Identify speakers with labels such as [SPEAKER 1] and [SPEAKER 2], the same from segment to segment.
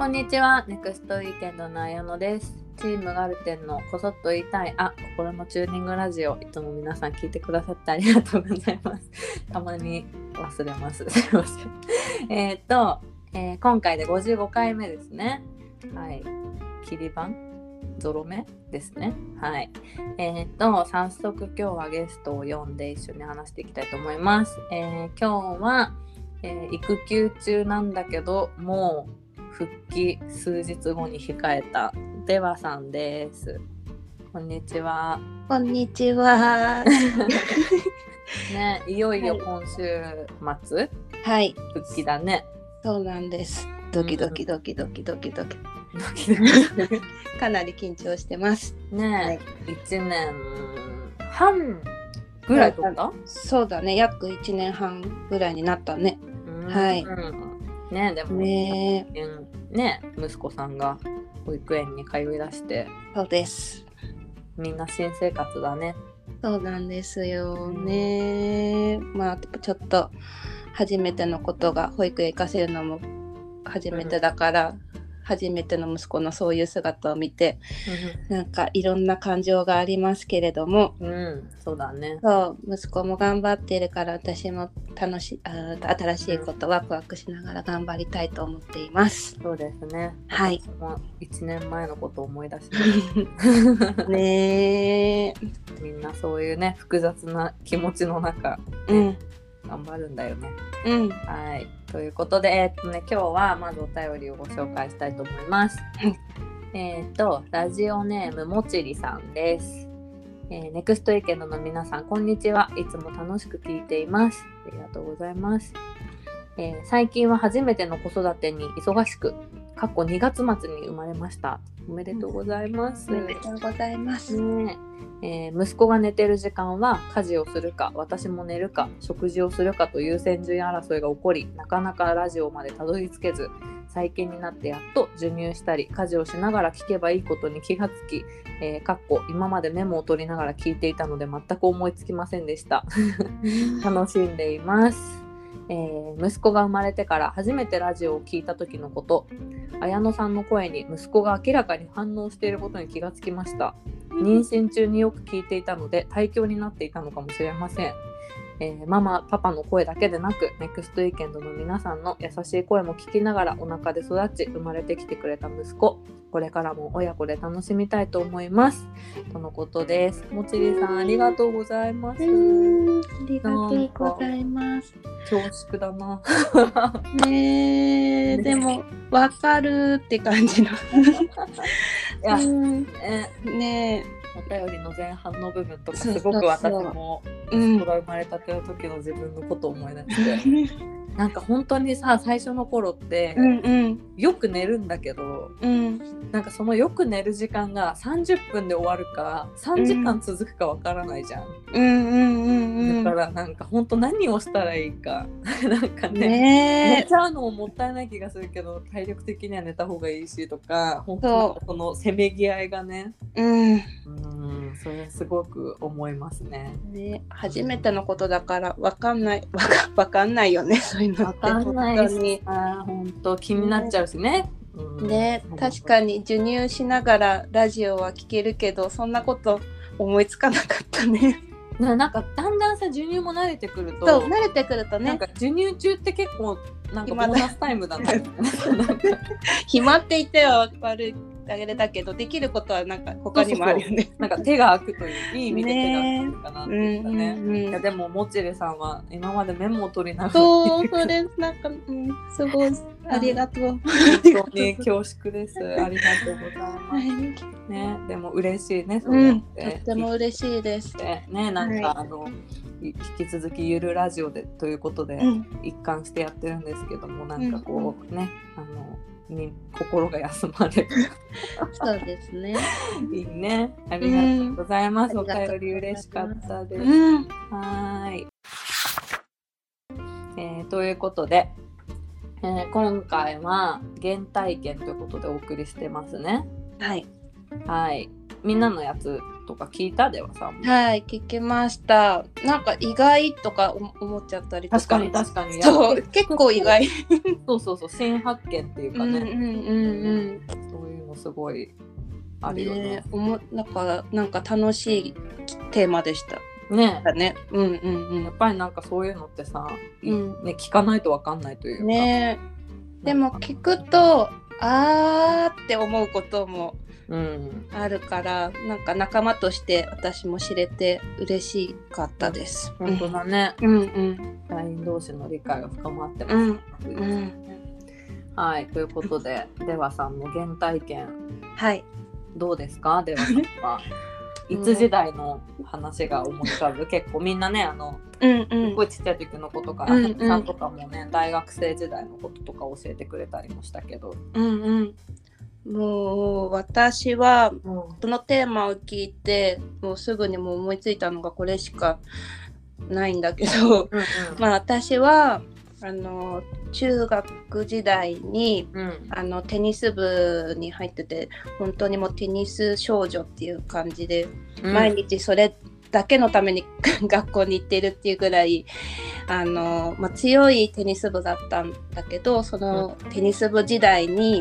[SPEAKER 1] こんにちは、ネクストウィーケンドの綾乃です。チームガルテンのこそっと言いたい心のチューニングラジオ、いつも皆さん聞いてくださってありがとうございます。たまに忘れます。すいません。今回で55回目ですね。はい。切り板ゾロ目ですね。はい。早速今日はゲストを呼んで一緒に話していきたいと思います。今日は、育休中なんだけどもう復帰数日後に控えたデバさんです。こんにちは。
[SPEAKER 2] こんにちは。
[SPEAKER 1] ね、いよいよ今週末、
[SPEAKER 2] はい、
[SPEAKER 1] 復帰だね。
[SPEAKER 2] そうなんです。ドキドキドキドキドキドキ。かなり緊張してます。
[SPEAKER 1] ね、
[SPEAKER 2] はい、
[SPEAKER 1] 1年半ぐらい経った？
[SPEAKER 2] そうだね、約1年半ぐらいになったね。はい。
[SPEAKER 1] ね、でも
[SPEAKER 2] ね、
[SPEAKER 1] 息子さんが保育園に通い出して、
[SPEAKER 2] そうです。
[SPEAKER 1] みんな新生活だね。
[SPEAKER 2] そうなんですよね。まあちょっと初めてのことが保育園行かせるのも初めてだから、初めての息子のそういう姿を見て、なんかいろんな感情がありますけれども、
[SPEAKER 1] そうだね。
[SPEAKER 2] そう息子も頑張っているから私も新しいことワクワクしながら頑張りたいと思っています。
[SPEAKER 1] そうですね。
[SPEAKER 2] はい。
[SPEAKER 1] 私も1年前のことを思い出し
[SPEAKER 2] ますね。
[SPEAKER 1] みんなそういうね複雑な気持ちの中、頑張るんだよね。はい。ということで、今日はまずお便りをご紹介したいと思います。ラジオネームもちりさんです。ネクストウィーケンドの皆さん、こんにちは。いつも楽しく聞いています。ありがとうございます。最近は初めての子育てに忙しく、過去2月末に生まれました。おめでとうございます。
[SPEAKER 2] おめでとうございます。
[SPEAKER 1] 息子が寝てる時間は家事をするか私も寝るか食事をするかと優先順位争いが起こり、なかなかラジオまでたどり着けず、最近になってやっと授乳したり家事をしながら聞けばいいことに気がつき、今までメモを取りながら聞いていたので全く思いつきませんでした楽しんでいます。息子が生まれてから初めてラジオを聞いた時のこと、綾乃さんの声に息子が明らかに反応していることに気がつきました。妊娠中によく聞いていたので胎教になっていたのかもしれません。ママパパの声だけでなくネクストウィーケンドの皆さんの優しい声も聞きながらお腹で育ち生まれてきてくれた息子、これからも親子で楽しみたいと思いますとのことです。もちりさんありがとうございます。あ
[SPEAKER 2] りがとうございます。
[SPEAKER 1] 恐縮だな
[SPEAKER 2] ねでも分かるって感じの
[SPEAKER 1] いや、
[SPEAKER 2] ね
[SPEAKER 1] お便りの前半の部分とかすごく私も息子が生まれたての時の自分のことを思い出してなんか本当にさ最初の頃って、よく寝るんだけど、なんかそのよく寝る時間が30分で終わるか3時間続くかわからないじゃん、だからなんか本当何をしたらいいかなんかね寝ちゃうのももったいない気がするけど体力的には寝た方がいいしとか、本当そのせめぎ合いがね、それすごく思いますね。
[SPEAKER 2] 初めてのことだから分かんないよね、そういうのって。
[SPEAKER 1] 分かんないし、本当気になっちゃうしね。
[SPEAKER 2] 確かに授乳しながらラジオは聞けるけどそんなこと思いつかなかったね。
[SPEAKER 1] なんかだんだんさ授乳も慣れてくると、
[SPEAKER 2] そう慣れてくるとね、
[SPEAKER 1] なんか授乳中って結構なんかボーナスタイムだな
[SPEAKER 2] 暇って言っては悪いあれだけどできることはなんか他にもあるよね。
[SPEAKER 1] なんか手が空くといういい意味で手が空くかなっていうかね。いやでももちりさんは今までメモを取りながら
[SPEAKER 2] そうそれなんか、すごいありがとう。
[SPEAKER 1] 本当に恐縮です。ありがとうございます。ね、でも嬉しいね。そうやって
[SPEAKER 2] とっても嬉しいです。
[SPEAKER 1] ね、なんか、引き続きゆるラジオでということで、一貫してやってるんですけども、なんかこうね、に心が休まれる
[SPEAKER 2] そうですね。
[SPEAKER 1] いいね。ありがとうございます。お便り嬉しかったです。はい。ということで、今回は原体験ということでお送りしてますね。
[SPEAKER 2] はい。
[SPEAKER 1] はい。みんなのやつとか聞いたではさんも。
[SPEAKER 2] はい、聞きました。なんか意外とか思っちゃったりとか。
[SPEAKER 1] 確かに
[SPEAKER 2] そう結構意外。
[SPEAKER 1] そう新発見っていうかね、そういうのすごいあるよね。
[SPEAKER 2] なんか楽しいテーマでした
[SPEAKER 1] ね。
[SPEAKER 2] や
[SPEAKER 1] っぱりなんかそういうのってさ、ね、聞かないと分かんないというか
[SPEAKER 2] ね。でも聞くとあーって思うこともあるから、なんか仲間として私も知れて嬉しかったです。
[SPEAKER 1] 本当だね。社員同士の理解が深まってます。はい、ということでではさんの原体験、どうですか？ではさんはいつ時代の話が思い浮かぶ？結構みんなねすごいちっちゃい時のことから、さんとかもね大学生時代のこととか教えてくれたりもしたけど、
[SPEAKER 2] もう私はそのテーマを聞いてもうすぐにもう思いついたのがこれしかないんだけど、私は中学時代に、テニス部に入ってて、本当にもうテニス少女っていう感じで、毎日それだけのために学校に行ってるっていうぐらい強いテニス部だったんだけど、そのテニス部時代に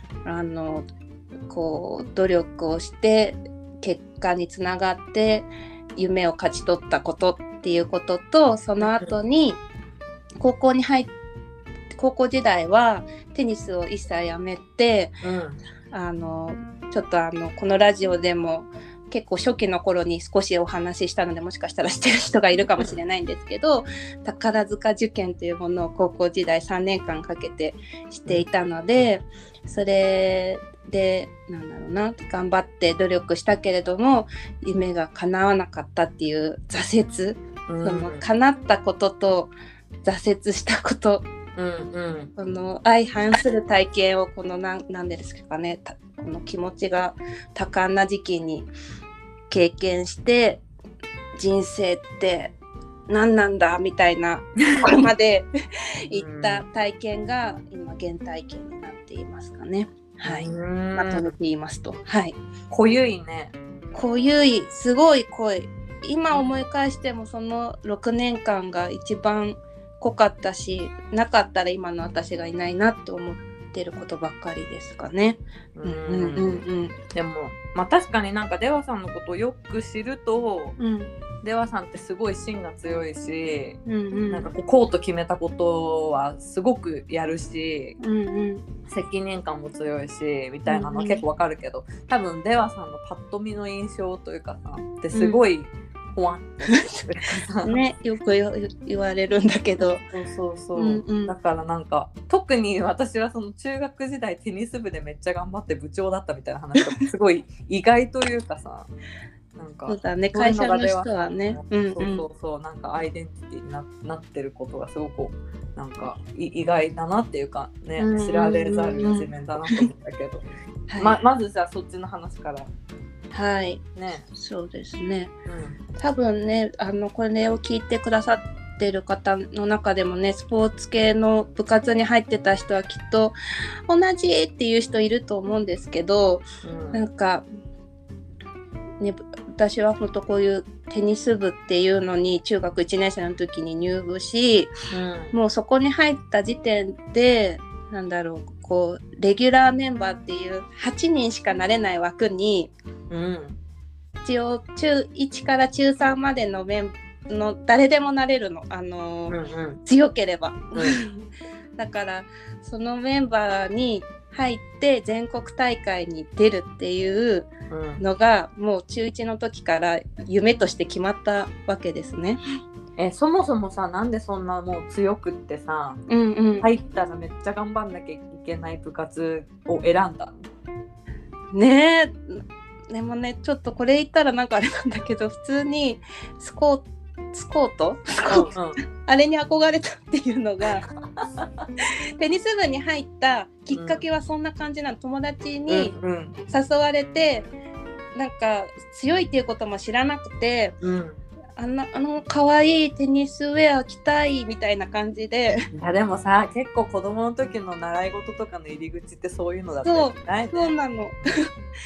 [SPEAKER 2] こう努力をして結果につながって夢を勝ち取ったことっていうことと、その後に高校時代はテニスを一切やめて、ちょっとこのラジオでも結構初期の頃に少しお話ししたので、もしかしたら知ってる人がいるかもしれないんですけど、宝塚受験というものを高校時代3年間かけてしていたので、それで頑張って努力したけれども夢が叶わなかったっていう挫折、その叶ったことと挫折したこと、相反する体験をなんですかね、この気持ちが多感な時期に経験して、人生って何なんだみたいなところまで行った体験が今原体験になっていますかね。まとめて言いますと、
[SPEAKER 1] 濃ゆいね。
[SPEAKER 2] 濃ゆい、すごい濃い。今思い返してもその6年間が一番濃かったし、なかったら今の私がいないなと思ってることばっかりですかね。
[SPEAKER 1] でも確かになんかデワさんのことをよく知ると、デワさんってすごい芯が強いし、なんかこうと決めたことはすごくやるし、責任感も強いしみたいなのは結構わかるけど、多分デワさんのパッと見の印象というかさってすごい、ほわんって
[SPEAKER 2] ね、よく言われるんだけど、
[SPEAKER 1] だからなんか特に私はその中学時代テニス部でめっちゃ頑張って部長だったみたいな話がすごい意外というかさ、なんか
[SPEAKER 2] そうだね、会社の人はね、
[SPEAKER 1] なんかアイデンティティに なってることがすごくなんか意外だなっていうかね、知られざる一面だなと思ったけど、まずじゃあそっちの話から。
[SPEAKER 2] そうですね、多分ねこれを聞いてくださってる方の中でもね、スポーツ系の部活に入ってた人はきっと同じっていう人いると思うんですけど、なんかね、私は本当こういうテニス部っていうのに中学1年生の時に入部し、もうそこに入った時点でこうレギュラーメンバーっていう8人しかなれない枠に、一応中1から中3までの誰でもなれるの、強ければ、だからそのメンバーに入って全国大会に出るっていうのが、もう中1の時から夢として決まったわけですね。
[SPEAKER 1] そもそもさ、なんでそんなもう強くってさ、入ったらめっちゃ頑張んなきゃいけない部活を選んだの？
[SPEAKER 2] ねえ、でもね、ちょっとこれ言ったらなんかあれなんだけど、普通にスコート、あれに憧れたっていうのがテニス部に入ったきっかけはそんな感じなの。友達に誘われて、なんか強いっていうことも知らなくて、可愛いテニスウェア着たいみたいな感じで。
[SPEAKER 1] いやでもさ、結構子供の時の習い事とかの入り口ってそういうのだったりない？
[SPEAKER 2] そうなの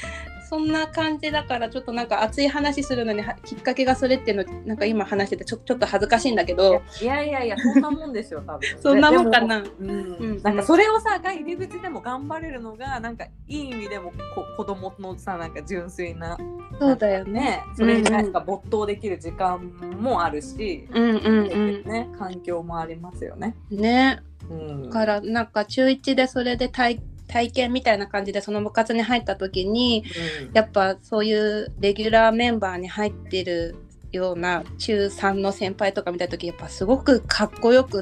[SPEAKER 2] そんな感じだから、ちょっとなんか熱い話するのにきっかけがそれっていうのなんか今話しててちょっと恥ずかしいんだけど。
[SPEAKER 1] いやそんなもんですよ多分
[SPEAKER 2] そんなもんかな。
[SPEAKER 1] なんかそれをさが入り口でも頑張れるのがなんかいい意味でも子供のさなんか純粋な、
[SPEAKER 2] そうだよね、
[SPEAKER 1] それになんか没頭できる時間もあるし、ね、環境もありますよね。
[SPEAKER 2] ね、だからなんか中1でそれで体験みたいな感じでその部活に入った時に、やっぱそういうレギュラーメンバーに入ってるような中3の先輩とか見た時やっぱすごくかっこよくって、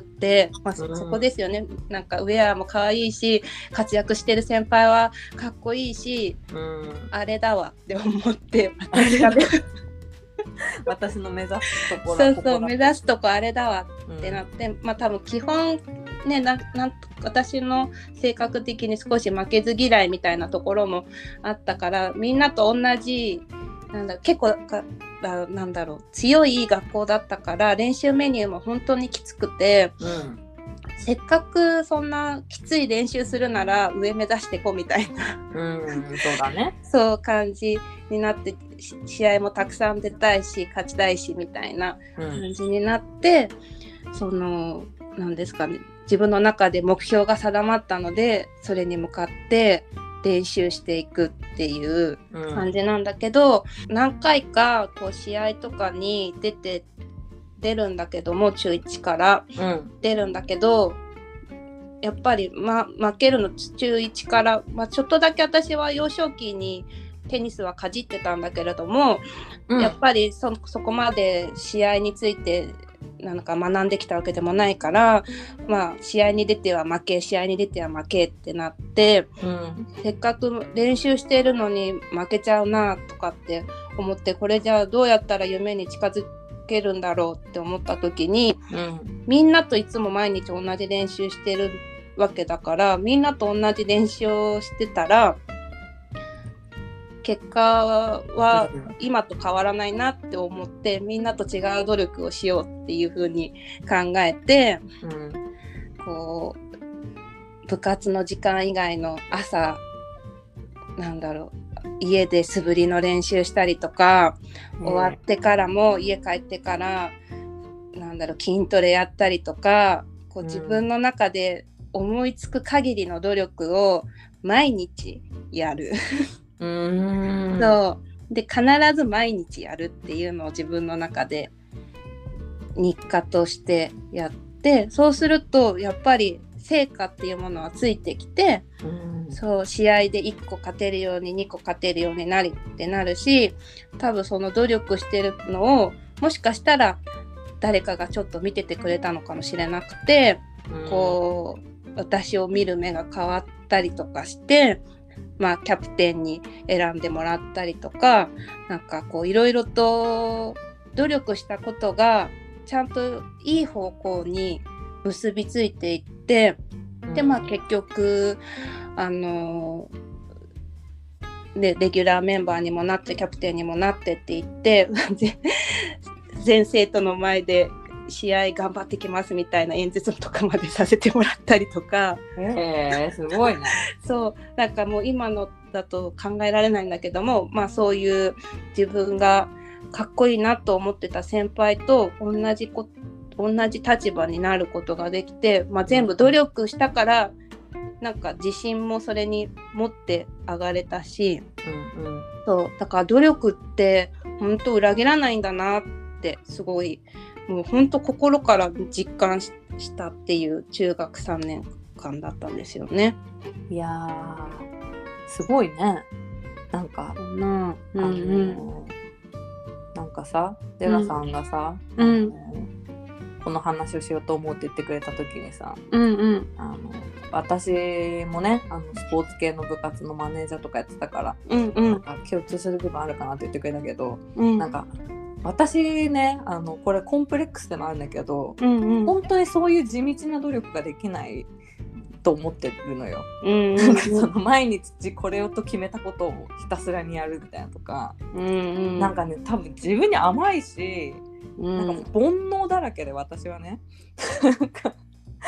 [SPEAKER 2] そこですよね。なんかウェアも可愛いし活躍してる先輩はかっこいいし、あれだわって思って
[SPEAKER 1] 私の目指すところ
[SPEAKER 2] そう目指すとこあれだわってなって、多分基本ね、私の性格的に少し負けず嫌いみたいなところもあったから、みんなと同じ結構強い学校だったから練習メニューも本当にきつくて、せっかくそんなきつい練習するなら上目指してこうみたいな
[SPEAKER 1] そうだね
[SPEAKER 2] そう感じになって、試合もたくさん出たいし勝ちたいしみたいな感じになって、なんですかね、自分の中で目標が定まったのでそれに向かって練習していくっていう感じなんだけど、何回かこう試合とかに出るんだけども、中1から出るんだけど、やっぱり、負けるの中1から、ちょっとだけ私は幼少期にテニスはかじってたんだけれども、やっぱりそこまで試合についてなんか学んできたわけでもないから、試合に出ては負け試合に出ては負けってなって、せっかく練習しているのに負けちゃうなとかって思って、これじゃあどうやったら夢に近づけるんだろうって思った時に、みんなといつも毎日同じ練習してるわけだから、みんなと同じ練習をしてたら結果は今と変わらないなって思って、みんなと違う努力をしようっていう風に考えて、こう部活の時間以外の朝家で素振りの練習したりとか、終わってからも家帰ってから筋トレやったりとか、こう自分の中で思いつく限りの努力を毎日やるそうで必ず毎日やるっていうのを自分の中で日課としてやって、そうするとやっぱり成果っていうものはついてきて、そう試合で1個勝てるように2個勝てるようになるし、多分その努力してるのをもしかしたら誰かがちょっと見ててくれたのかもしれなくて、こう私を見る目が変わったりとかして、キャプテンに選んでもらったりとか、なんかこういろいろと努力したことがちゃんといい方向に結びついていって、で結局レギュラーメンバーにもなってキャプテンにもなってって言って全生徒の前で試合頑張ってきますみたいな演説とかまでさせてもらったりとか、
[SPEAKER 1] すごいね
[SPEAKER 2] そうなんかもう今のだと考えられないんだけども、そういう自分がかっこいいなと思ってた先輩と同じ立場になることができて、全部努力したからなんか自信もそれに持って上がれたし、そうだから努力って本当裏切らないんだなってすごいもう本当心から実感したっていう中学3年間だったんですよね。
[SPEAKER 1] いやーすごいね。なんかなんかさデラさんがさ、この話をしようと思うって言ってくれた時にさ、私もねスポーツ系の部活のマネージャーとかやってたから、なんか共通する部分あるかなって言ってくれたけど、なんか私ねこれコンプレックスでもあるんだけど、本当にそういう地道な努力ができないと思ってるのよ。その毎日これをと決めたことをひたすらにやるみたいなとか、なんかね多分自分に甘いし、なんか煩悩だらけで私はね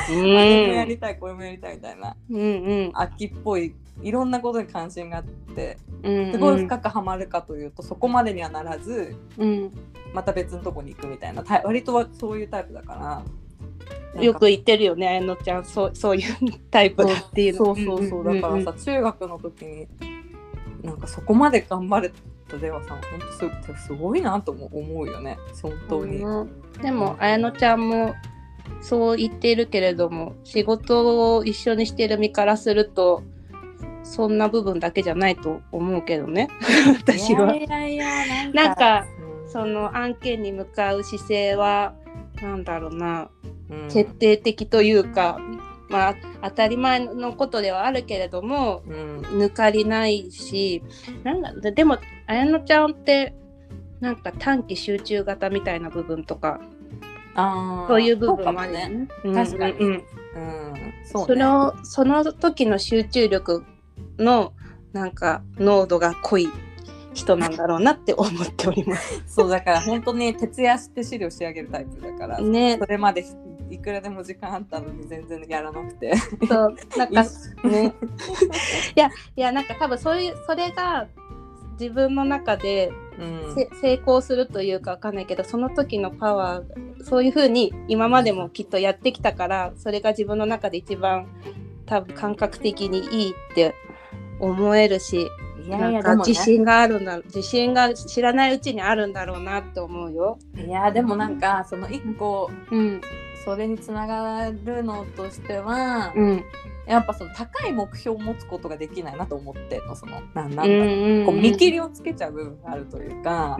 [SPEAKER 1] れもやりたいこれもやりたいみたいな、
[SPEAKER 2] うんうん、
[SPEAKER 1] 秋っぽいいろんなことに関心があって、
[SPEAKER 2] うんうん、
[SPEAKER 1] すごい深くハマるかというとそこまでにはならず、
[SPEAKER 2] うん、
[SPEAKER 1] また別のとこに行くみたいな割とはそういうタイプだから
[SPEAKER 2] よく言ってるよね、あやのちゃん、そういうタイプだっていうの。
[SPEAKER 1] そうだからさ、中学の時になんかそこまで頑張れた出羽さんは本当すごいなと思うよね本当に、
[SPEAKER 2] でもあやのちゃんもそう言っているけれども、仕事を一緒にしている身からするとそんな部分だけじゃないと思うけどね私は。
[SPEAKER 1] いや
[SPEAKER 2] なんか、その案件に向かう姿勢はなんだろうな、徹底的というか、まあ当たり前のことではあるけれども、抜かりないし、なんだでもあやのちゃんってなんか短期集中型みたいな部分とか、そういう部分もあるね。
[SPEAKER 1] 確かに、
[SPEAKER 2] そうね、その時の集中力のなんか濃度が濃い人なんだろうなって思っております
[SPEAKER 1] そうだから本当に徹夜して資料仕上げるタイプだから、ね、それまでいくらでも時間あったのに全然やらなくて
[SPEAKER 2] そうなんかねいやなんか多分それが自分の中で、成功するというかわかんないけど、その時のパワーそういう風に今までもきっとやってきたから、それが自分の中で一番多分感覚的にいいって思えるし、なんか自信があるんだ、自信が知らないうちにあるんだろうなって思うよ。
[SPEAKER 1] いやでもなんかその一個、それにつながるのとしては、やっぱその高い目標を持つことができないなと思っての、そのなんだこう見切りをつけちゃう部分があるというか、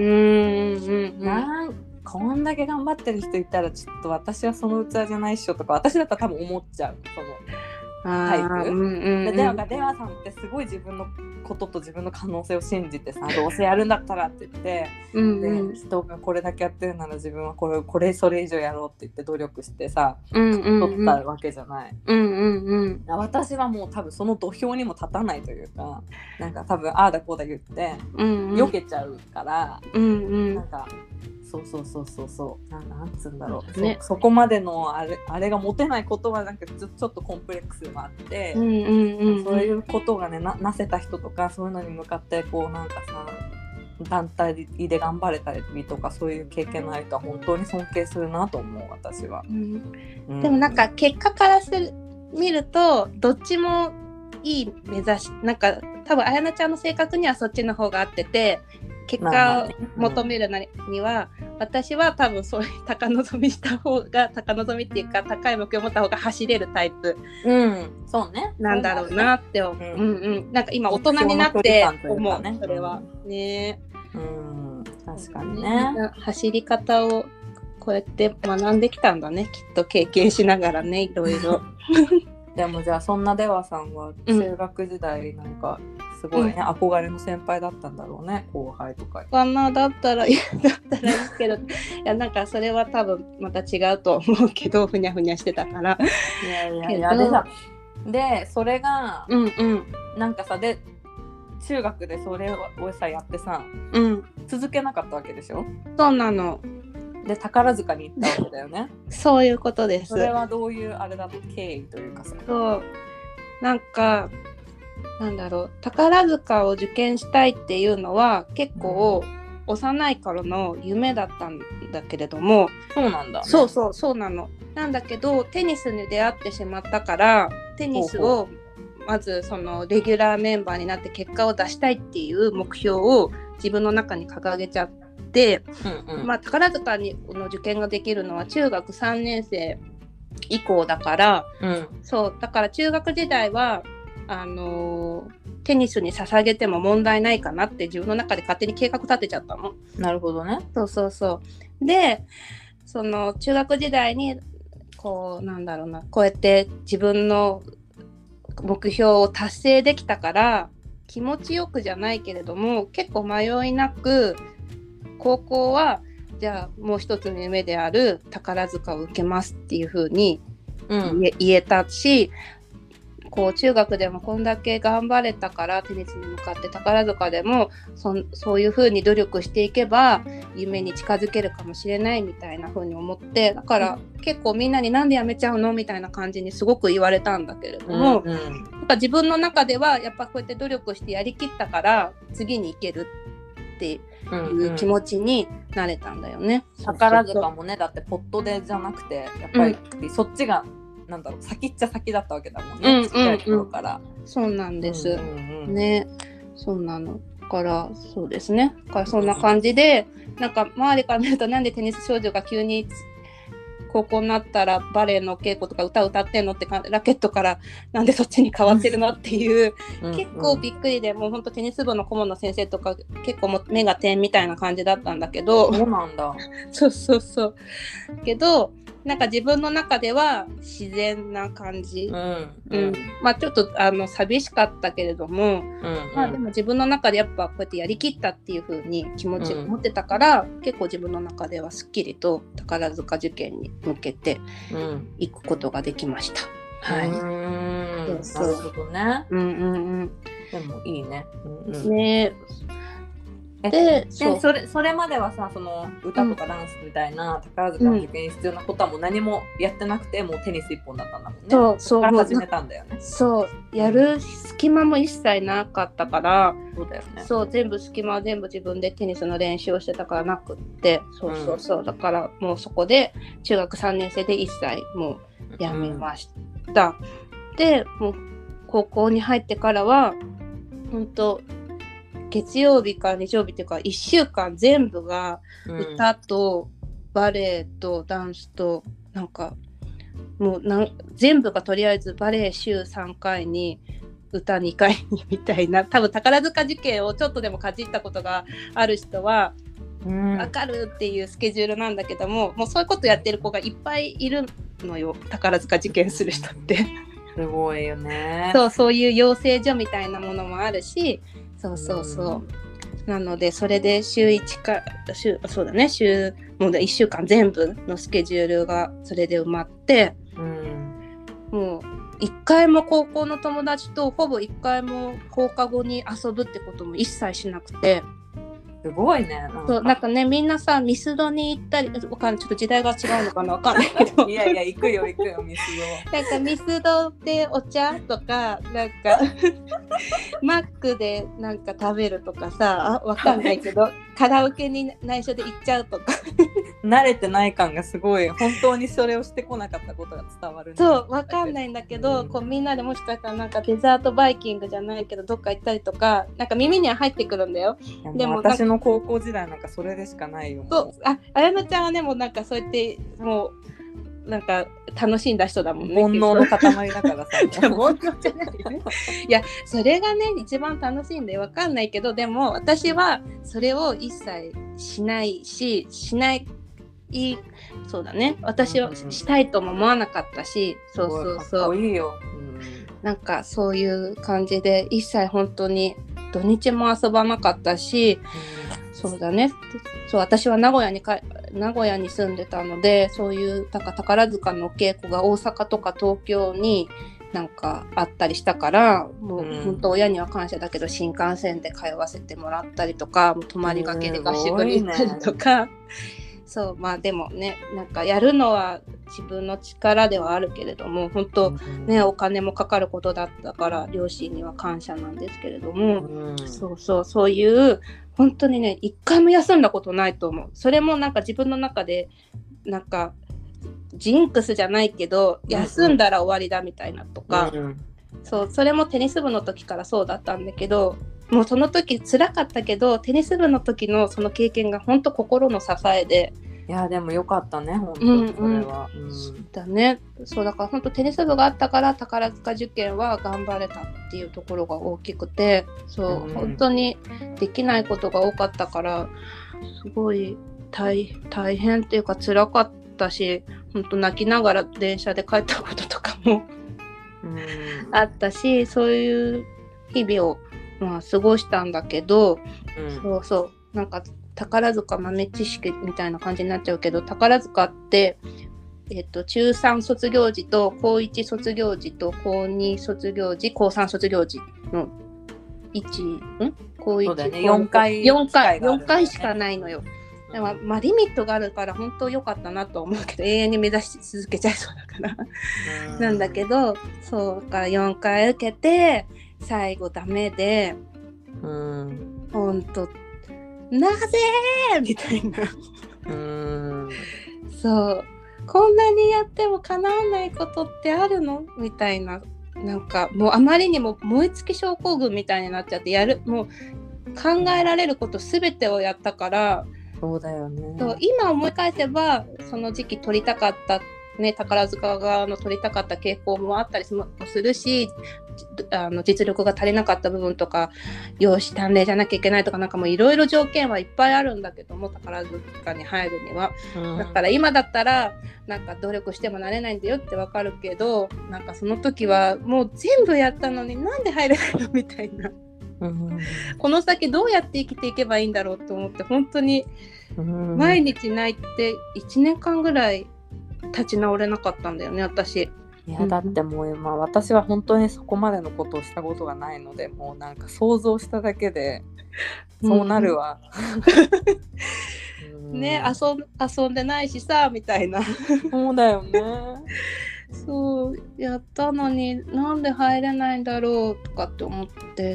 [SPEAKER 1] こんだけ頑張ってる人いたらちょっと私はその器じゃないっしょとか、私だったら多分思っちゃう、そのタイプ。で出羽さんってすごい自分のことと自分の可能性を信じてさ、どうせやるんだったらって言って、で人がこれだけやってるなら自分はこれそれ以上やろうって言って努力してさ、取ったわけじゃない。私はもう多分その土俵にも立たないというか、なんか多分ああだこうだ言って避けちゃうから、なんかそうなんつうんだろう、そこまでのあれが持てないことはなんかちょっとコンプレックスもあって、そういうことがね なせた人とか、そういうのに向かってこうなんかさ団体で頑張れたりとか、そういう経験のある人は本当に尊敬するなと思う、私は。
[SPEAKER 2] でもなんか結果から見るとどっちもいい目指し、なんか多分あやなちゃんの性格にはそっちの方が合ってて、結果を求めるには、私は多分そういう高望みした方が、高望みっていうか高い目標を持った方が走れるタイプなんだろうなって思う。なんか今大人になって思う、それはね。
[SPEAKER 1] 確かにね。
[SPEAKER 2] 走り方をこうやって学んできたんだね、きっと経験しながらね、いろいろ。
[SPEAKER 1] でもじゃあそんな出羽さんは中学時代なんかすごいね、憧れの先輩だったんだろうね、後輩とか。
[SPEAKER 2] だったらいいけど、いやなんかそれは多分また違うと思うけど、ふにゃふにゃしてたから。
[SPEAKER 1] いやでそれが、なんかさ、で中学でそれをさやってさ、続けなかったわけでしょ。
[SPEAKER 2] そうなの。
[SPEAKER 1] で宝塚に行ったわけだよね。
[SPEAKER 2] そういうことです。
[SPEAKER 1] それはどういうあれだった経緯というかさ。
[SPEAKER 2] そうなんかなんだろう、宝塚を受験したいっていうのは結構幼い頃の夢だったんだけれども。
[SPEAKER 1] そうなんだ、ね、
[SPEAKER 2] そうなの。なんだけどテニスに出会ってしまったから、テニスをまずそのレギュラーメンバーになって結果を出したいっていう目標を自分の中に掲げちゃって、宝塚の受験ができるのは中学3年生以降だから、そうだから中学時代はテニスに捧げても問題ないかなって自分の中で勝手に計画立てちゃったの。
[SPEAKER 1] なるほどね。
[SPEAKER 2] そうで、その中学時代にこうなんだろうな、こうやって自分の目標を達成できたから気持ちよくじゃないけれども結構迷いなく、高校はじゃあもう一つの夢である宝塚を受けますっていう風に言えたし、 こう中学でもこんだけ頑張れたからテニスに向かって宝塚でもそういう風に努力していけば夢に近づけるかもしれないみたいな風に思って、だから結構みんなになんでやめちゃうのみたいな感じにすごく言われたんだけれども、なんか自分の中ではやっぱこうやって努力してやりきったから次に行けるっていう気持ちになれたんだよね。
[SPEAKER 1] 宝塚もね、だってポットでじゃなくてやっぱりそっちがなんだろう、先っちゃ先だったわけだもんね、ちっちゃい頃から。
[SPEAKER 2] そうなんです、ね。そうなのからそうですね。だからそんな感じで、なんか周りから見るとなんでテニス少女が急に高校になったらバレエの稽古とか歌歌ってんのってラケットからなんでそっちに変わってるのっていう結構びっくりで、もうほんとテニス部の顧問の先生とか結構も目が点みたいな感じだったんだけど。
[SPEAKER 1] そうなんだ。
[SPEAKER 2] そうけどなんか自分の中では自然な感じ、まあちょっと寂しかったけれども、まあでも自分の中でやっぱこうやってやりきったっていう風に気持ちを持ってたから、結構自分の中ではすっきりと宝塚受験に向けて行くことができました。はい。
[SPEAKER 1] なるほどね。でもいいね。
[SPEAKER 2] ね。
[SPEAKER 1] でそれまではさ、その歌とかダンスみたいな宝塚の受験に必要なことはもう何もやってなくて、もうテニス一本だったんだもんね。そうから始めたんだよね。
[SPEAKER 2] そうやる隙間も一切なかったから、
[SPEAKER 1] そうだよね。
[SPEAKER 2] そう全部隙間は全部自分でテニスの練習をしてたからなくって、そうだからもうそこで中学3年生で一切もうやめました。でもう高校に入ってからは本当月曜日から日曜日っていうか1週間全部が歌とバレエとダンスとなんかもう全部がとりあえずバレエ週3回に歌2回にみたいな、多分宝塚受験をちょっとでもかじったことがある人は分かるっていうスケジュールなんだけども、もうそういうことやってる子がいっぱいいるのよ、宝塚受験する人って
[SPEAKER 1] すごいよね。
[SPEAKER 2] そういう養成所みたいなものもあるし、なのでそれで週1かそうだね、もう1週間全部のスケジュールがそれで埋まって、もう1回も高校の友達とほぼ1回も放課後に遊ぶってことも一切しなくて。
[SPEAKER 1] すごいね。
[SPEAKER 2] なんかね、みんなさミスドに行ったり、ちょっと時代が違うのかなわかんないけど
[SPEAKER 1] いや行くよミスド。
[SPEAKER 2] なんかミスドでお茶とかなんかマックでなんか食べるとかさ、わかんないけどカラオケに内緒で行っちゃうとか
[SPEAKER 1] 慣れてない感がすごい。本当にそれをしてこなかったことが伝わる、ね、
[SPEAKER 2] そうわかんないんだけど、こうみんなでもしかしたらなんかデザートバイキングじゃないけどどっか行ったりとか、なんか耳には入ってくるんだよ。
[SPEAKER 1] でも私の高校時代なんかそれでしかないよ。
[SPEAKER 2] そう、綾乃ちゃんはねもうなんかそうやってもうなんか楽しんだ人だもんね。
[SPEAKER 1] 煩悩の塊だからさ
[SPEAKER 2] 煩悩じゃないねいやそれがね一番楽しいんでわかんないけど、でも私はそれを一切しないしそうだね、私はしたいとも思わなかったし、そう
[SPEAKER 1] かっこいいよ、
[SPEAKER 2] なんかそういう感じで一切本当に土日も遊ばなかったし、そうだね、そう私は名古屋に住んでたので、そういうなんか宝塚の稽古が大阪とか東京になんかあったりしたから、もう本当親には感謝だけど新幹線で通わせてもらったりとか、もう泊まりがけで合宿に行ったりとか、そうまあでもね、なんかやるのは自分の力ではあるけれども本当ね、お金もかかることだったから両親には感謝なんですけれども、そういう本当にね一回も休んだことないと思う。それもなんか自分の中でなんかジンクスじゃないけど休んだら終わりだみたいなとか、それもテニス部の時からそうだったんだけど、もうその時辛かったけどテニス部の時のその経験が本当心の支えで、
[SPEAKER 1] いやでもよかったね本当にそれは、
[SPEAKER 2] だね。そうだから本当テニス部があったから宝塚受験は頑張れたっていうところが大きくて、本当にできないことが多かったからすごい大変っていうか辛かったし、本当泣きながら電車で帰ったこととかもあったし、そういう日々を過ごしたんだけど、なんか宝塚豆知識みたいな感じになっちゃうけど、宝塚って中3卒業時と高1卒業時と高2卒業時高3卒業時の高1
[SPEAKER 1] そうだよね、
[SPEAKER 2] 高
[SPEAKER 1] 4回
[SPEAKER 2] 4回しかないのよ。でもまあリミットがあるから本当良かったなと思うけど、永遠に目指し続けちゃいそうだからなんだけど、そうから4回受けて最後ダメで、本当なぜみたいなそうこんなにやっても叶わないことってあるのみたいな、なんかもうあまりにも燃え尽き症候群みたいになっちゃって、もう考えられること全てをやったから、
[SPEAKER 1] そうだよね。
[SPEAKER 2] そう今思い返せばその時期取りたかったね、宝塚側の取りたかった傾向もあったりもするし、実力が足りなかった部分とか、容姿端麗じゃなきゃいけないとか、なんかもういろいろ条件はいっぱいあるんだけども、宝塚に入るには、だから今だったらなんか努力してもなれないんだよってわかるけど、なんかその時はもう全部やったのになんで入れないのみたいなこの先どうやって生きていけばいいんだろうと思って、本当に毎日泣いて1年間ぐらい立ち直れなかったんだよね、私。
[SPEAKER 1] いやだってもう今私は本当にそこまでのことをしたことがないので、もうなんか想像しただけでそうなるわ、
[SPEAKER 2] ね、遊んでないしさみたいな
[SPEAKER 1] そうだよね
[SPEAKER 2] そうやったのになんで入れないんだろうとかって思って、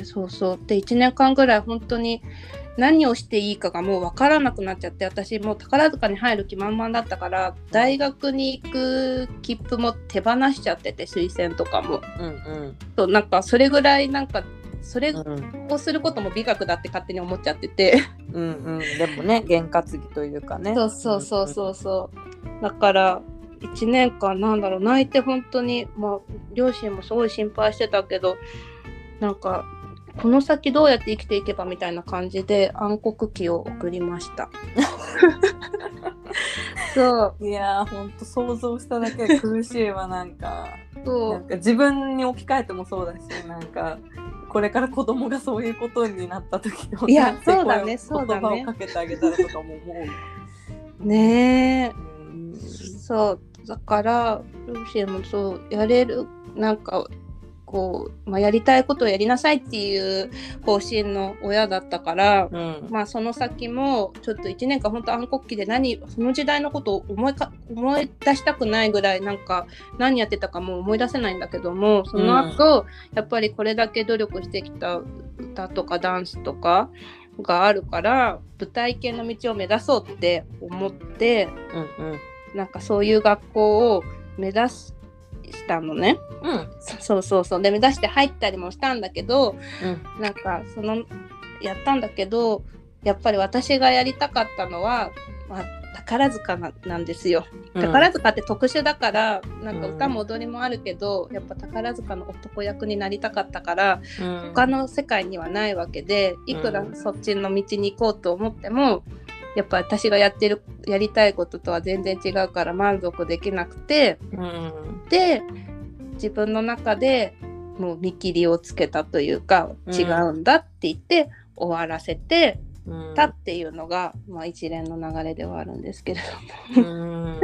[SPEAKER 2] そうで1年間ぐらい本当に何をしていいかがもう分からなくなっちゃって、私もう宝塚に入る気満々だったから大学に行く切符も手放しちゃってて、推薦とかも、そうなんかそれぐらいなんかそれをすることも美学だって勝手に思っちゃってて
[SPEAKER 1] でもね験担ぎというかね、
[SPEAKER 2] そうだから1年間なんだろう泣いて本当に、まあ両親もすごい心配してたけど、なんかこの先どうやって生きていけばみたいな感じで暗黒期を送りましたそう
[SPEAKER 1] いやほんと想像しただけで苦しいわなんか自分に置き換えてもそうだし、なんかこれから子供がそういうことになった時の
[SPEAKER 2] いやそうだね
[SPEAKER 1] 言葉をかけてあげたらとかも思う
[SPEAKER 2] ねえ、そうだから両親もそうやれるなんかこう、やりたいことをやりなさいっていう方針の親だったから、その先もちょっと1年間本当暗黒期でその時代のことを思い出したくないぐらいなんか何やってたかもう思い出せないんだけども、その後、やっぱりこれだけ努力してきた歌とかダンスとかがあるから舞台系の道を目指そうって思って、なんかそういう学校を目指したのね、そうで目指して入ったりもしたんだけど、なんかやったんだけど、やっぱり私がやりたかったのは、宝塚なんですよ。宝塚って特殊だからなんか歌も踊りもあるけど、やっぱ宝塚の男役になりたかったから、他の世界にはないわけで、いくらそっちの道に行こうと思ってもやっぱ私がやりたいこととは全然違うから満足できなくて、で自分の中でもう見切りをつけたというか、違うんだって言って終わらせてたっていうのが、一連の流れではあるんですけれども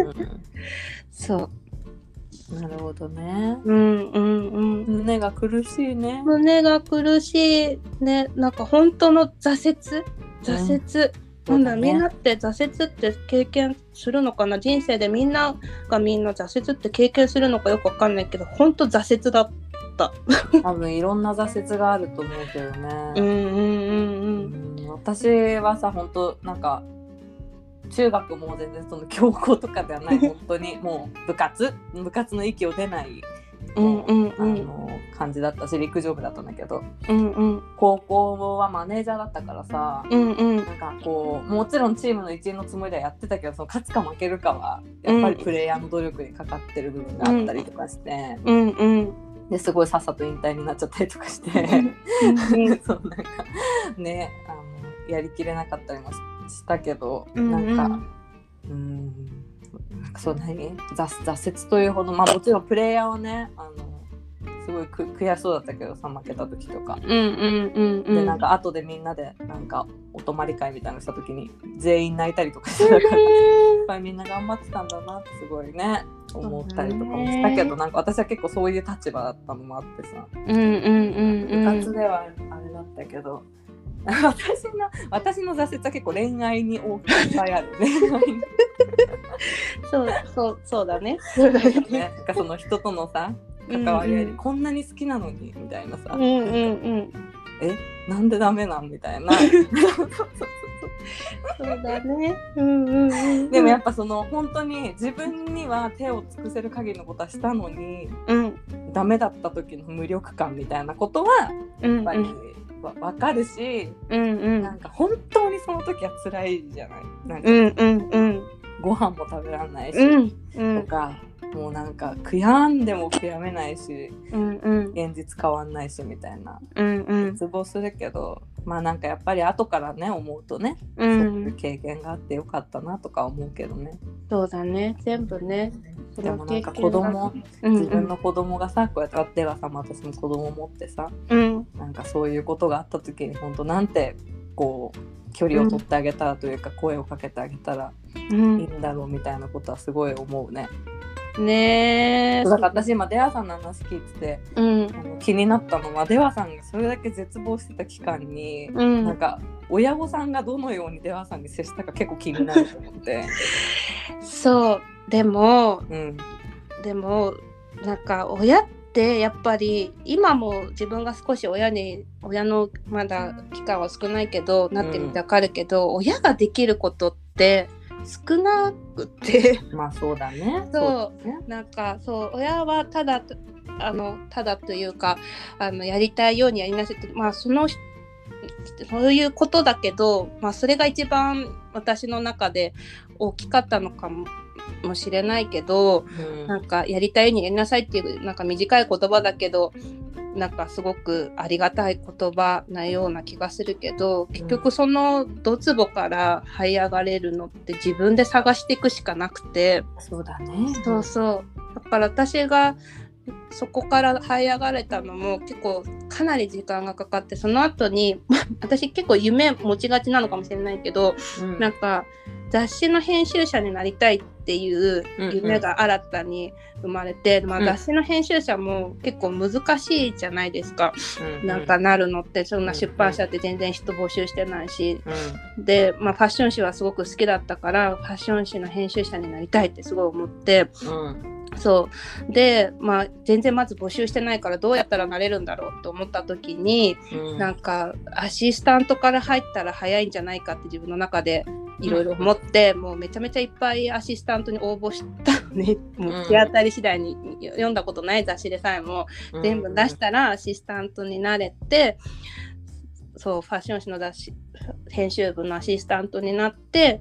[SPEAKER 1] そうなるほどね。
[SPEAKER 2] 胸
[SPEAKER 1] が苦しいね。
[SPEAKER 2] 胸が苦しいね。なんか本当の挫折、なんだ、みんなって挫折って経験するのかな、人生でみんながみんな挫折って経験するのかよくわかんないけど、本当挫折だった
[SPEAKER 1] 多分いろんな挫折があると思うけどね。私はさ本当なんか中学も全然その強豪とかではない本当にもう部活の域を出ない感じだったし、陸上部だったんだけど、高校はマネージャーだったからさ、なんかこうもちろんチームの一員のつもりではやってたけど、その勝つか負けるかはやっぱりプレイヤーの努力にかかってる部分があったりとかして、ですごいさっさと引退になっちゃったりとかしてそうなんかねやりきれなかったりもしたけど、なんかそう挫折というほど、もちろんプレイヤーはねすごい悔しそうだったけどさ、負けた時とか、でなんか後でみんなでなんかお泊まり会みたいなのした時に全員泣いたりとかしてたからやっぱりみんな頑張ってたんだなってすごいね思ったりとかもしたけど、なんか私は結構そういう立場だったのもあってさ、
[SPEAKER 2] うんうんうんうん、
[SPEAKER 1] 部活ではあれだったけど、私の挫折は結構恋愛に大きくある恋愛に
[SPEAKER 2] そうだね。
[SPEAKER 1] なんかその人とのさ関わり合いでこんなに好きなのにみたいなさ、なんでダメなんみたいな
[SPEAKER 2] そうだね、うんうんうん、
[SPEAKER 1] でもやっぱその本当に自分には手を尽くせる限りのことはしたのに、ダメだった時の無力感みたいなことはやっぱり分かるし、なんか本当にその時は辛いじゃない、なんか、ご飯も食べられないし、とかもうなんか悔やんでも悔やめないし、現実変わんないしみたいな、絶望するけど、まあなんかやっぱり後からね思うとね、そういう経験があってよかったなとか思うけどね。
[SPEAKER 2] そうだね、全部ね。
[SPEAKER 1] でもなんか自分の子供がさ、こうやって出川さんも私も子供持ってさ、なんかそういうことがあった時に本当なんてこう距離を取ってあげたらというか、声をかけてあげたらいいんだろうみたいなことはすごい思うね。
[SPEAKER 2] ねえ。
[SPEAKER 1] だから私今出川さんの話聞いてて、気になったのは出川さんがそれだけ絶望してた期間に、なんか親御さんがどのように出川さんに接したか結構気になると思って
[SPEAKER 2] そうでもなんか親ってやっぱり今も自分が少し親のまだ期間は少ないけどなってみてわかるけど、親ができることって少なくて
[SPEAKER 1] まあそうだね。
[SPEAKER 2] なんかそう親はただというかやりたいようにやりなさいって、まあそういうことだけど、まあそれが一番私の中で大きかったのかもしれないけど、なんかやりたいようにやりなさいっていうなんか短い言葉だけど、なんかすごくありがたい言葉なような気がするけど、結局そのドツボから這い上がれるのって自分で探していくしかなくて。
[SPEAKER 1] そうだね。
[SPEAKER 2] そうだから私がそこから這い上がれたのも結構かなり時間がかかって、その後に私結構夢持ちがちなのかもしれないけど、なんか雑誌の編集者になりたいっていう夢が新たに生まれて、まあ、雑誌の編集者も結構難しいじゃないですか、なんかなるのって。そんな出版社って全然人募集してないし、で、まあ、ファッション誌はすごく好きだったからファッション誌の編集者になりたいってすごい思って、そうで、まあ、全然まず募集してないからどうやったらなれるんだろうと思った時に、なんかアシスタントから入ったら早いんじゃないかって自分の中でいろいろ思って、もうめちゃめちゃいっぱいアシスタントに応募したのね。もう手当たり次第に読んだことない雑誌でさえも全部出したらアシスタントになれて、そうファッション誌の雑誌編集部のアシスタントになって、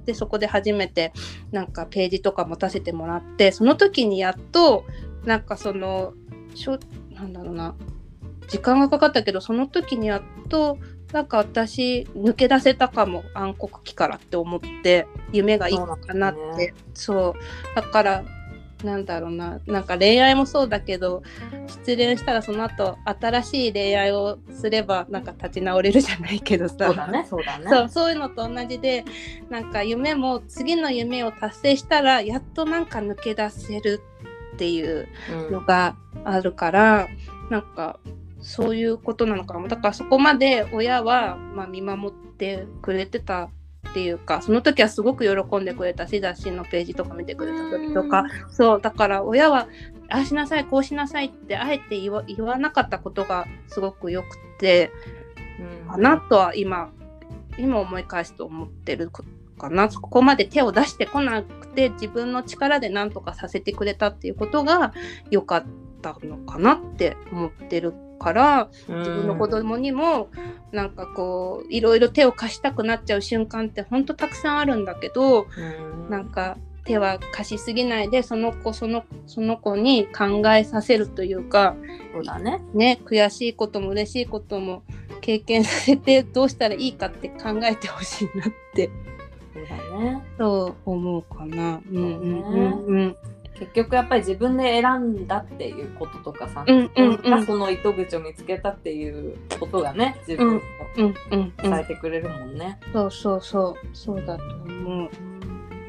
[SPEAKER 2] でそこで初めてなんかページとか持たせてもらって、その時にやっとなんかそのなんだろうな、時間がかかったけどその時にやっとなんか私抜け出せたかも、暗黒期からって思って夢がいいかなって。そうだからなんだろうな、なんか恋愛もそうだけど失恋したらその後新しい恋愛をすればなんか立ち直れるじゃないけどさ、そういうのと同じで、なんか夢も次の夢を達成したらやっとなんか抜け出せるっていうのがあるから、なんかそういうことなのかも。だからそこまで親はまあ見守ってくれてたっていうか、その時はすごく喜んでくれたし、雑誌のページとか見てくれた時とか、そうだから親はああしなさいこうしなさいってあえて言わなかったことがすごくよくて、かなとは今思い返すと思ってるかな。そこまで手を出してこなくて自分の力で何とかさせてくれたっていうことが良かったのかなって思ってるから、自分の子供にもなんかこういろいろ手を貸したくなっちゃう瞬間ってほんとたくさんあるんだけど、なんか手は貸しすぎないでその子に考えさせるというか、
[SPEAKER 1] そうだね、
[SPEAKER 2] 悔しいことも嬉しいことも経験させてどうしたらいいかって考えてほしいなってそう思うかな。
[SPEAKER 1] 結局やっぱり自分で選んだっていうこととかさ、がその糸口を見つけたっていうことがね、自分を支えてくれるもんね。
[SPEAKER 2] そうだと思う。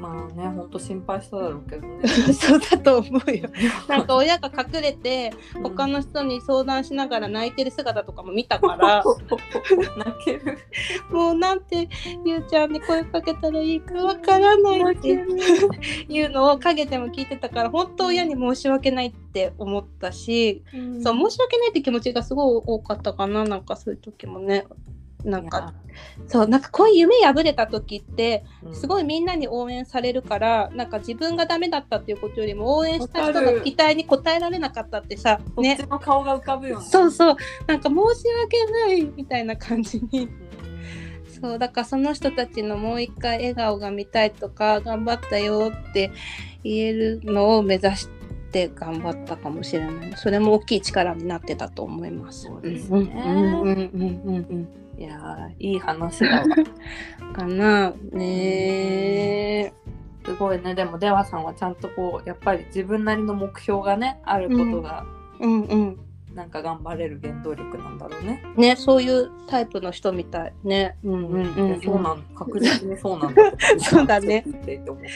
[SPEAKER 1] まあね、ほんと心配しただろうけどね。
[SPEAKER 2] そうだと思うよ。なんか親が隠れて他の人に相談しながら泣いてる姿とかも見たから
[SPEAKER 1] 泣ける。
[SPEAKER 2] もうなんてゆうちゃんに声かけたらいいかわからないっていうのを陰でも聞いてたから、本当親に申し訳ないって思ったし、そう申し訳ないって気持ちがすごい多かったかな。なんかそういう時もね、なんかそうなんかこういう夢破れた時ってすごいみんなに応援されるから、なんか自分がダメだったっていうことよりも応援した人の期待に応えられなかったってさ、
[SPEAKER 1] ね、こっちの顔が浮かぶよね。
[SPEAKER 2] そうそう、なんか申し訳ないみたいな感じに、そうだからその人たちのもう一回笑顔が見たいとか頑張ったよって言えるのを目指して頑張ったかもしれない。それも大きい力になってたと思います。
[SPEAKER 1] そうですね。いやいい話だわ
[SPEAKER 2] かなね。
[SPEAKER 1] すごいね。でもデワさんはちゃんとこうやっぱり自分なりの目標がねあることが、なんか頑張れる原動力なんだろうね。
[SPEAKER 2] ね、そういうタイプの人みたいね。
[SPEAKER 1] そうなん、確実にそうなんだ。
[SPEAKER 2] そうだね。
[SPEAKER 1] って思った。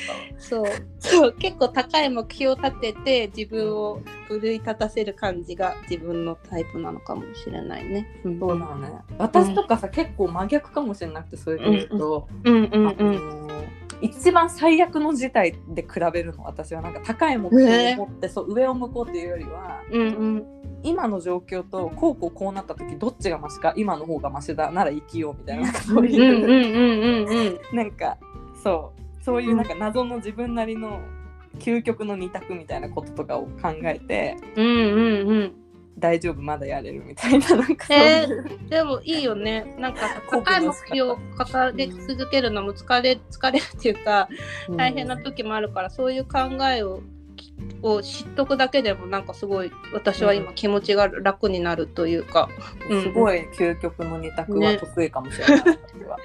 [SPEAKER 2] そう結構高い目標を立てて自分を奮い立たせる感じが自分のタイプなのかもしれないね。
[SPEAKER 1] そうだね。私とかさ、結構真逆かもしれなくて、それで言うと、一番最悪の事態で比べるの、私はなんか高い目標を持って、そう上を向こうっていうよりは、今の状況とこうなった時どっちがマシか、今の方がマシだなら生きようみたいな、そういうなんかそういうなんか謎の自分なりの究極の二択みたいなこととかを考えて、大丈夫まだやれるみたいな、なんかそういう、
[SPEAKER 2] でもいいよね。なんか高い目標を掲げ続けるのも疲れるっていうか大変な時もあるから、そういう考えを知っとくだけでもなんかすごい私は今気持ちが楽になるというか、
[SPEAKER 1] すごい究極の二択は得意かもしれない、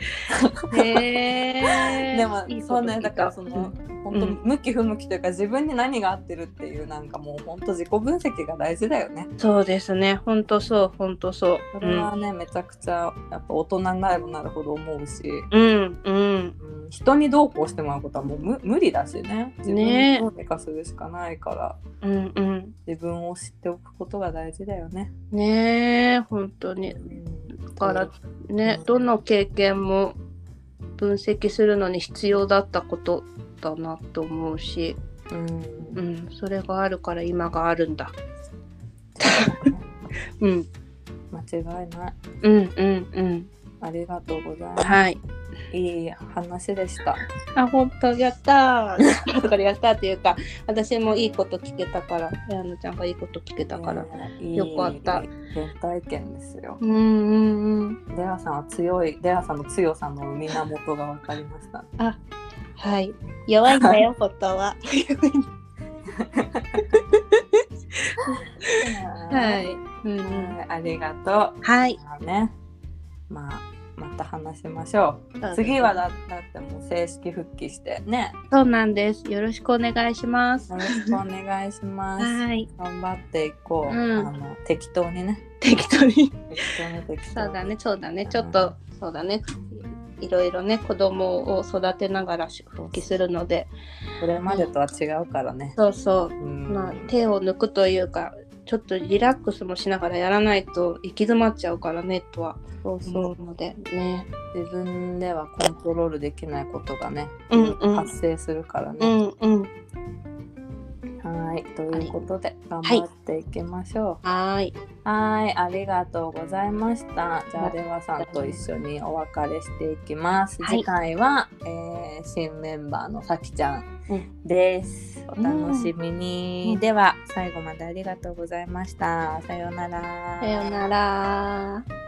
[SPEAKER 1] でもそうね、だからその本当向き不向きというか、自分に何が合ってるっていう、なんかもう本当自己分析が大事だよね。
[SPEAKER 2] そうですね、本当そう。そ
[SPEAKER 1] れはね、めちゃくちゃやっぱ大人になればなるほど思うし、人にどうこうしてもらうことはもう無理だしね。自分にどうにかするしかないから、自分を知っておくことが大事だよね。
[SPEAKER 2] ね、本当に。だからね、どの経験も分析するのに必要だったことだなと思うし、それがあるから今があるんだ。
[SPEAKER 1] 間違いない。ありがとうございます。
[SPEAKER 2] はい。
[SPEAKER 1] いい話でした。
[SPEAKER 2] 本当やったー。これやったっていうか、私もいいこと聞けたから、やのちゃんがいいこと聞けたから、よかった。
[SPEAKER 1] 原体験ですよ。
[SPEAKER 2] デ
[SPEAKER 1] アさんは強い、デアさんの強さの源が分かりました。
[SPEAKER 2] はい。弱いんだよ、本当は。はい。
[SPEAKER 1] ありがとう。
[SPEAKER 2] はい。
[SPEAKER 1] また話しましょう。次はだってもう正式復帰してね。
[SPEAKER 2] そうなんです。よろしくお願いします。
[SPEAKER 1] よろしくお願いします。
[SPEAKER 2] はい。
[SPEAKER 1] 頑張っていこう。適当にね。
[SPEAKER 2] 適当に。
[SPEAKER 1] そうだね。
[SPEAKER 2] ちょっとそうだね。いろいろね、子供を育てながら復帰するので、
[SPEAKER 1] これまでとは違うからね。
[SPEAKER 2] 手を抜くというか、ちょっとリラックスもしながらやらないと行き詰まっちゃうからねとは思うのでね。
[SPEAKER 1] 自分ではコントロールできないことがね、発生するからね。はい、ということで頑張っていきましょう。はい、ありがとうございました。じゃあデワさんと一緒にお別れしていきます。次回は、新メンバーのさきちゃんです。お楽しみに。では最後までありがとうございました。さようなら。
[SPEAKER 2] さようなら。